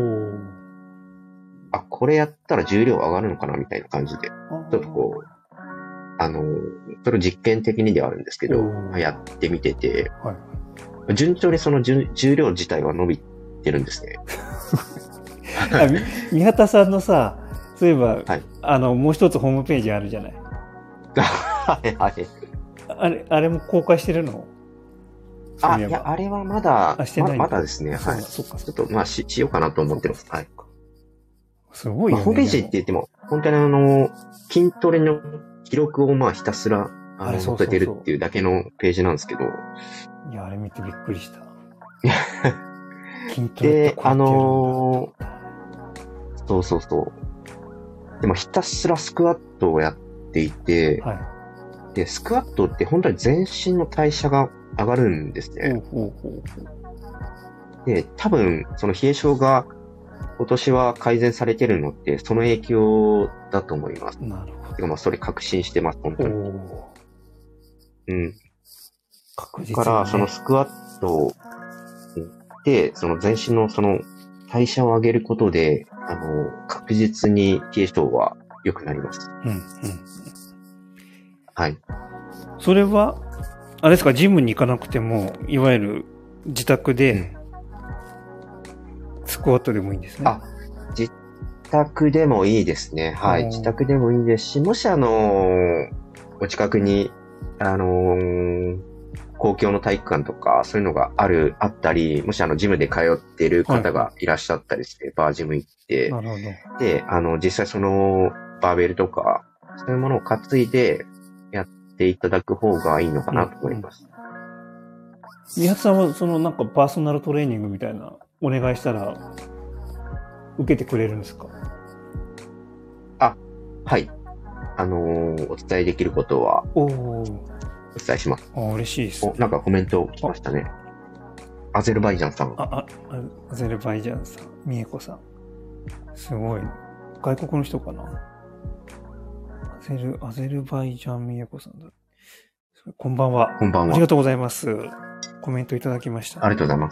Speaker 2: これやったら重量上がるのかなみたいな感じで、ちょっとこう、それを実験的にではあるんですけど、やってみてて、順調にその重量自体は伸びてるんですね。
Speaker 1: 宮田さんのさ、そういえば、もう一つホームページあるじゃない。あれも公開してるの？
Speaker 2: いや、あれはまだですね。はい。
Speaker 1: そっか。
Speaker 2: ちょっと、しようかなと思ってます。はい。
Speaker 1: すごいよね。
Speaker 2: ホームページって言っても、本当に筋トレの記録をひたすら、載せてるっていうだけのページなんですけど。
Speaker 1: いや、あれ見てびっくりした。
Speaker 2: 筋トレってこうやってやるんだ。そう。でもひたすらスクワットをやっていて、で、スクワットって本当に全身の代謝が上がるんですね。で、多分、その冷え性が今年は改善されてるのって、その影響だと思います。
Speaker 1: なるほど。
Speaker 2: てかそれ確信してます、本当に。
Speaker 1: 確実に、
Speaker 2: だから、そのスクワットで、その全身のその代謝を上げることで、確実に冷え性は良くなります。はい。
Speaker 1: それは、あれですか、ジムに行かなくても、いわゆる自宅で、スクワットでもいいんですね。
Speaker 2: 自宅でもいいですね。はい。自宅でもいいですし、もしお近くに、公共の体育館とか、そういうのがあったり、もしジムで通っている方がいらっしゃったりして、バージム行って、
Speaker 1: なるほど。
Speaker 2: で、実際そのバーベルとか、そういうものを担いでやっていただく方がいいのかなと思います。
Speaker 1: 宮田さんは、なんかパーソナルトレーニングみたいな、お願いしたら、受けてくれるんですか？
Speaker 2: はい。お伝えできることは、お伝えします。
Speaker 1: 嬉しいですね。
Speaker 2: なんかコメント来ましたね。アゼルバイジャンさん。
Speaker 1: アゼルバイジャンさん、みえこさん。すごい。外国の人かな？アアゼルバイジャンミヤコさんだ。こんばんは。
Speaker 2: こんばんは。
Speaker 1: ありがとうございます。コメントいただきました。
Speaker 2: ありがとうございます。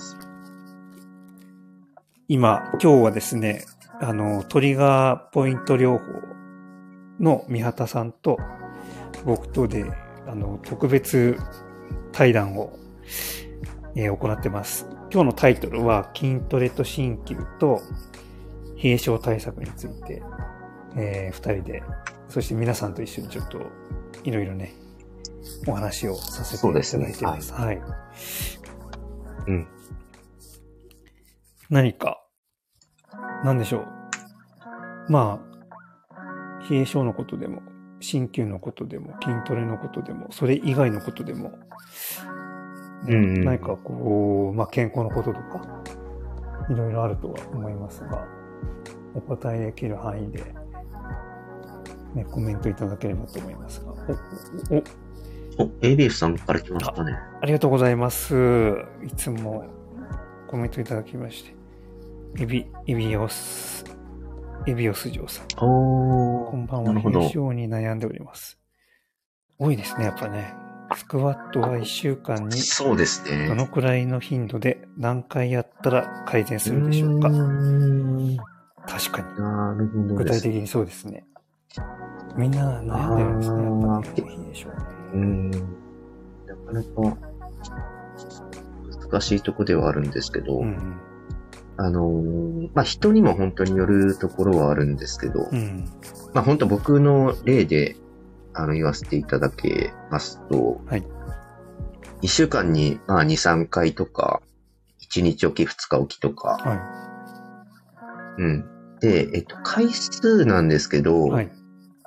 Speaker 1: 今日はですね、トリガーポイント療法の三畑さんと僕とで、特別対談を、行ってます。今日のタイトルは筋トレと鍼灸と冷え症対策について、二人で、そして皆さんと一緒にちょっといろいろね、お話をさせていただいてます。はい。
Speaker 2: うん。
Speaker 1: 何か、なんでしょう。まあ、冷え症のことでも、鍼灸のことでも、筋トレのことでも、それ以外のことでも、何かこう、まあ健康のこととか、いろいろあるとは思いますが、お答えできる範囲で、ね、コメントいただければと思いますが。
Speaker 2: ABF さんから来ましたね。
Speaker 1: ありがとうございます。いつもコメントいただきまして。エビオス嬢さん。こんばんは。冷え症に悩んでおります。多いですね、やっぱね。スクワットは1週間に
Speaker 2: そうですね。
Speaker 1: どのくらいの頻度で何回やったら改善するでしょうか。確かに。
Speaker 2: なるほど。
Speaker 1: 具体的にそうですね。みんな悩んでるんですね、やっぱり、冷え症ね。
Speaker 2: なかなか難しいとこではあるんですけど、まあ、人にも本当によるところはあるんですけど、まあ、本当僕の例で、言わせていただけますと、
Speaker 1: はい。
Speaker 2: 1週間に、まあ、2、3回とか、1日おき、2日おきとか、
Speaker 1: はい。
Speaker 2: で、回数なんですけど、
Speaker 1: はい。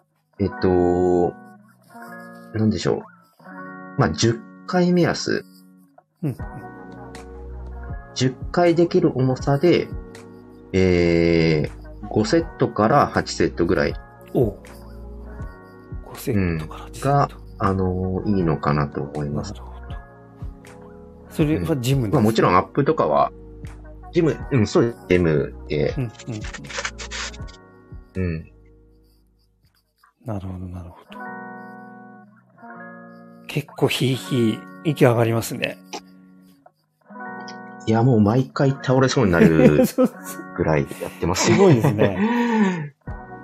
Speaker 2: なんでしょう。まあ、10回目安。10回できる重さで、5セットから8セットぐらい。
Speaker 1: 5セットから8セット。
Speaker 2: が、いいのかなと思います。
Speaker 1: なるほど。それはジムですか？
Speaker 2: まあ、もちろんアップとかは、ジム、そうです、ジムで。
Speaker 1: なるほど、なるほど。結構息上がりますね。
Speaker 2: いや、もう毎回倒れそうになるぐらいやってます
Speaker 1: ね。すごいですね。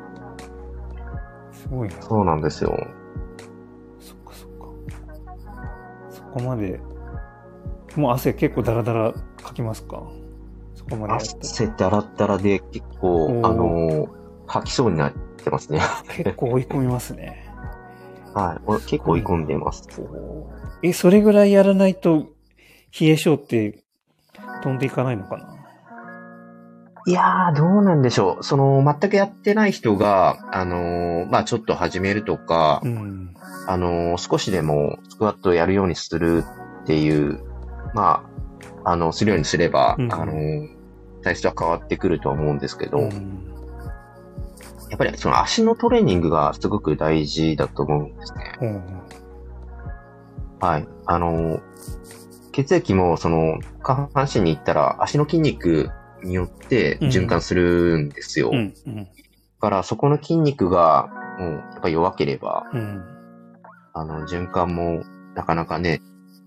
Speaker 1: すごいな。
Speaker 2: そうなんですよ。
Speaker 1: そっかそっか。そこまで、もう汗結構ダラダラかきますか？そこまでやったら。
Speaker 2: 汗ダラダラで結構、吐きそうになってますね。
Speaker 1: 結構追い込みますね。
Speaker 2: はい。結構追い込んでます。
Speaker 1: それぐらいやらないと、冷え性って飛んでいかないのかな？
Speaker 2: いやー、どうなんでしょう。全くやってない人が、まあちょっと始めるとか、少しでもスクワットをやるようにするっていう、まあ、するようにすれば、体質は変わってくるとは思うんですけど、やっぱりその足のトレーニングがすごく大事だと思うんですね。はい。血液も下半身に行ったら足の筋肉によって循環するんですよ。だからそこの筋肉がもうやっぱ弱ければ、循環もなかなかね、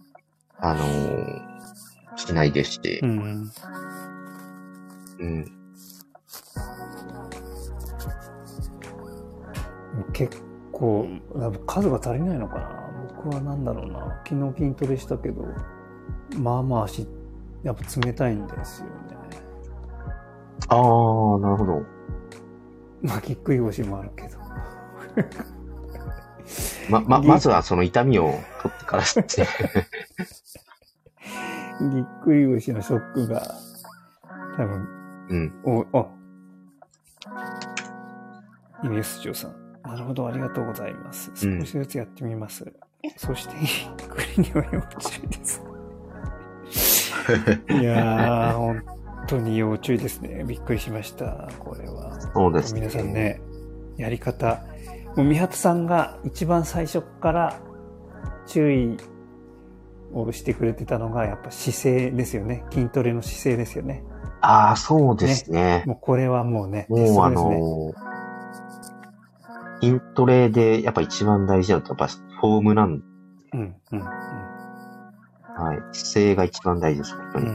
Speaker 2: しないですし、
Speaker 1: 結構、数が足りないのかな。僕はなんだろうな。昨日筋トレしたけど、まあまあ足、やっぱ冷たいんですよね。
Speaker 2: ああ、なるほど。
Speaker 1: まあ、ぎっくり腰もあるけど。
Speaker 2: まずはその痛みを取ってからして。
Speaker 1: ぎっくり腰のショックが、多分、EBS 嬢さん。なるほど、ありがとうございます。少しずつやってみます。そして、ぎっくりには要注意です。いやー、本当に要注意ですね。びっくりしました。これは。
Speaker 2: そうですね。
Speaker 1: 皆さんね、やり方。もう三畑さんが一番最初から注意をしてくれてたのが、やっぱ姿勢ですよね。筋トレの姿勢ですよね。
Speaker 2: ああ、そうですね。
Speaker 1: もうこれはもうね、
Speaker 2: もうイントレでやっぱ一番大事なのってやっぱフォームなんで、
Speaker 1: うんうん
Speaker 2: はい。姿勢が一番大事です、本当に。
Speaker 1: うん。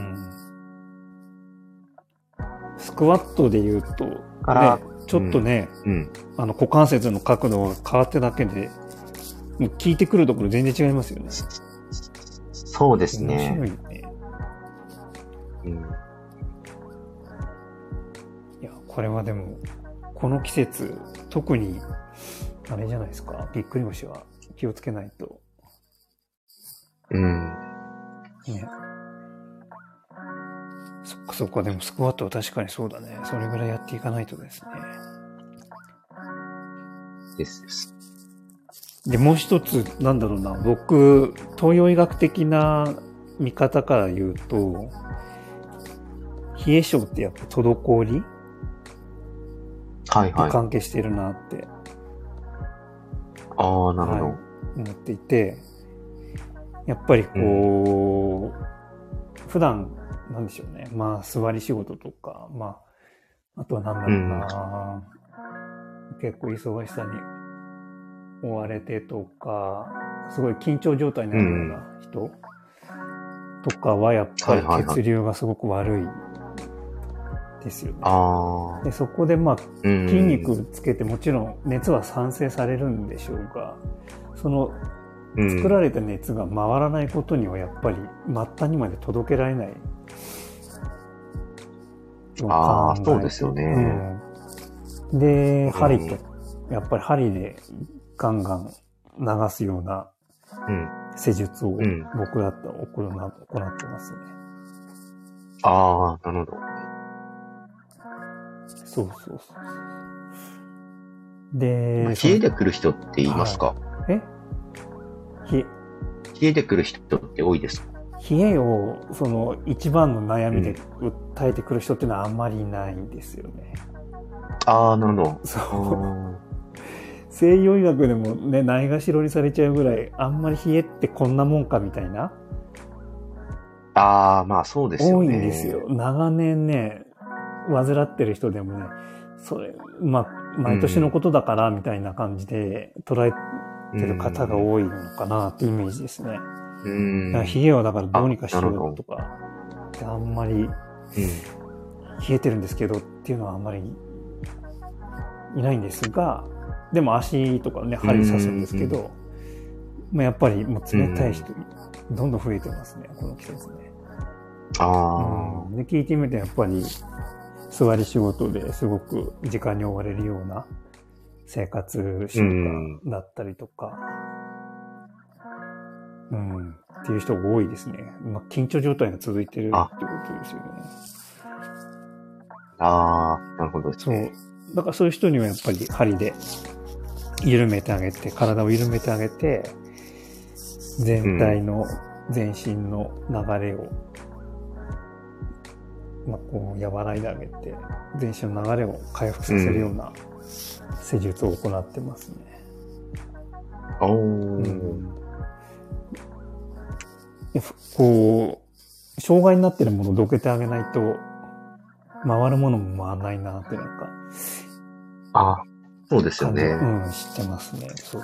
Speaker 1: スクワットで言うと、
Speaker 2: から、
Speaker 1: ね、ちょっとね、股関節の角度が変わってだけで、もう効いてくるところ全然違いますよね。
Speaker 2: そうですね。
Speaker 1: 面白いね。いや、これはでも、この季節、特に、あれじゃないですか、ぎっくり腰は気をつけないと。ね。そっかそっか、でもスクワットは確かにそうだね。それぐらいやっていかないとですね。
Speaker 2: です。
Speaker 1: で、もう一つ、なんだろうな、僕、東洋医学的な見方から言うと、冷え性ってやっぱ滞り
Speaker 2: はいはい。
Speaker 1: 関係してるなって。
Speaker 2: ああ、なるほど、
Speaker 1: 思っていて、やっぱりこう、普段、なんでしょうね。まあ、座り仕事とか、まあ、あとはなんだろうな、結構忙しさに追われてとか、すごい緊張状態になるような人とかはやっぱり血流がすごく悪いですよね。でそこでまあ筋肉つけてもちろん熱は産生されるんでしょうが、その作られた熱が回らないことにはやっぱり末端にまで届けられない。
Speaker 2: ああ、そうですよね。
Speaker 1: で、やっぱり針でガンガン流すような施術を僕だったら行ってますね。
Speaker 2: ああ、なるほど。
Speaker 1: そう。で、
Speaker 2: 冷えで来る人って言いますか？冷えで来る人って多いですか？
Speaker 1: 冷えをその一番の悩みで訴えてくる人っていうのはあんまりいないんですよね。
Speaker 2: ああ、なるほど。
Speaker 1: そう。西洋医学でもね、ないがしろにされちゃうぐらい、あんまり冷えってこんなもんかみたいな。
Speaker 2: ああ、まあそうですよね。
Speaker 1: 多いんですよ。長年ね、患ってる人でもね、それ、まあ、毎年のことだからみたいな感じで捉えてる方が多いのかなってイメージですね。だから冷えはだからどうにかしようとか、あんまり、冷えてるんですけどっていうのはあんまりいないんですが、でも足とかね、針刺すんですけど、まあ、やっぱりもう冷たい人、どんどん増えてますね、この季節ね。で、聞いてみてやっぱり、座り仕事ですごく時間に追われるような生活習慣だったりとか、っていう人が多いですね。まあ、緊張状態が続いてるってことですよね。
Speaker 2: ああ、なるほどですね。
Speaker 1: そう。だからそういう人にはやっぱり針で緩めてあげて、体を緩めてあげて、全体の全身の流れを、まあ、こう和らいであげて、全身の流れを回復させるような施術を行ってますね。こう、障害になってるものをどけてあげないと、回るものも回らないなってなんか。
Speaker 2: ああ、そうですよね。
Speaker 1: 知ってますね。そう。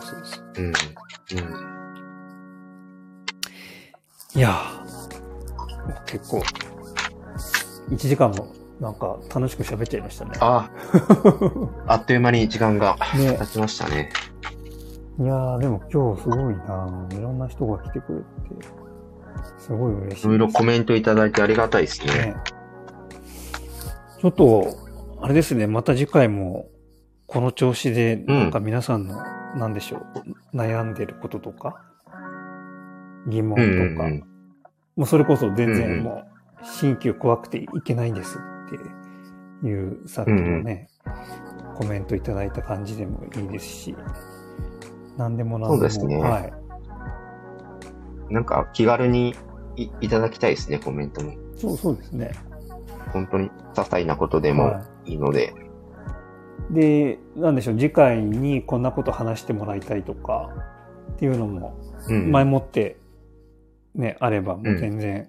Speaker 1: いやー、結構、1時間もなんか楽しく喋っちゃいましたね。
Speaker 2: あっという間に時間が経ちましたね。
Speaker 1: いやー、でも今日すごいな、いろんな人が来てくれて、すごい嬉しいです。
Speaker 2: いろいろコメントいただいてありがたいですね。
Speaker 1: ちょっと、あれですね、また次回も、この調子で、なんか皆さんの、なんでしょう、悩んでることとか、疑問とか、もうそれこそ全然もう、鍼灸怖くていけないんですっていう、さっきのね、コメントいただいた感じでもいいですし、何でも何でも。
Speaker 2: そうですね。
Speaker 1: はい。
Speaker 2: なんか気軽に いただきたいですね、コメントも。
Speaker 1: そうですね。
Speaker 2: 本当に些細なことでもいいので。
Speaker 1: で、なんでしょう、次回にこんなこと話してもらいたいとかっていうのも、前もってね、あればもう全然、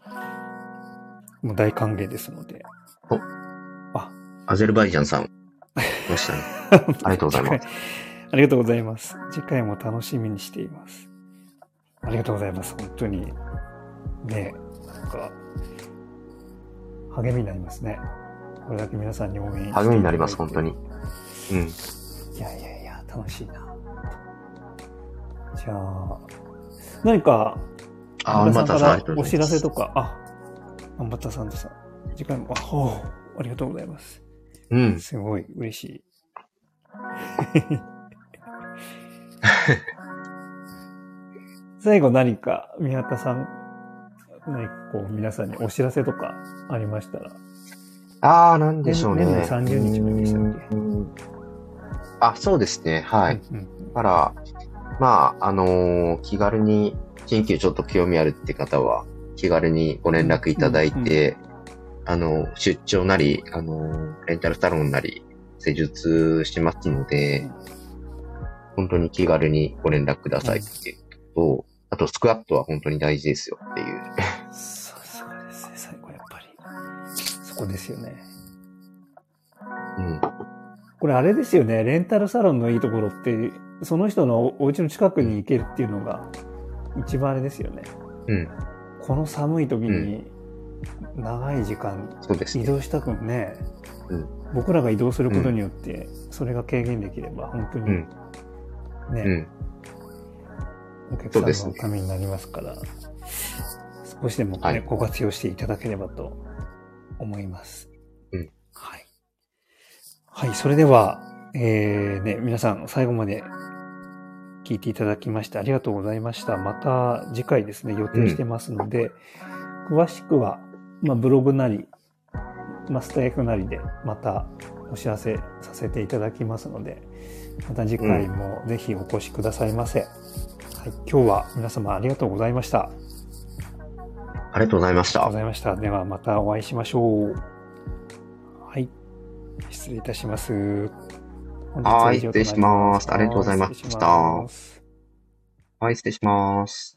Speaker 1: もう大歓迎ですので。
Speaker 2: アゼルバイジャンさん。 ましたね。ありがとうございます。
Speaker 1: ありがとうございます。次回も楽しみにしています。ありがとうございます。本当に。ね、なんか、励みになりますね。これだけ皆さんに応援していただいて。
Speaker 2: 励みになります、本当に。うん。
Speaker 1: いや、楽しいな。じゃあ、何か、
Speaker 2: アンバタさんからお
Speaker 1: 知らせとか、アンバタさんとさ、次回も、ありがとうございます。
Speaker 2: うん。
Speaker 1: すごい嬉しい。最後何か、宮田さん、何かこう、皆さんにお知らせとかありましたら。
Speaker 2: なんでしょうね。
Speaker 1: 年内30日まででしたっけ？
Speaker 2: そうですね。はい。だから、気軽に、新旧ちょっと興味あるって方は、気軽にご連絡いただいて、出張なり、レンタルサロンなり、施術しますので、本当に気軽にご連絡くださいっていうと、あとスクワットは本当に大事ですよっていう。
Speaker 1: そうですね、最後やっぱり。そこですよね。
Speaker 2: うん。
Speaker 1: これあれですよね、レンタルサロンのいいところって、その人のお家の近くに行けるっていうのが、一番あれですよね。
Speaker 2: うん。
Speaker 1: この寒い時に、長い時間、移動したくね、僕らが移動することによって、それが軽減できれば、本当に、ね、お客さんのためになりますから、少しでもね、ご活用していただければと思います。はい。はい、それでは、皆さん最後まで聞いていただきましてありがとうございました。また次回ですね、予定してますので、詳しくは、ブログなり、スタイフなりでまたお知らせさせていただきますので、また次回もぜひお越しくださいませ。はい、今日は皆様ありがとうございました。
Speaker 2: ありがとうございました。
Speaker 1: ありがとうございました。ではまたお会いしましょう。はい。失礼いたします。
Speaker 2: はい、失礼します。ありがとうございました。はい、失礼します。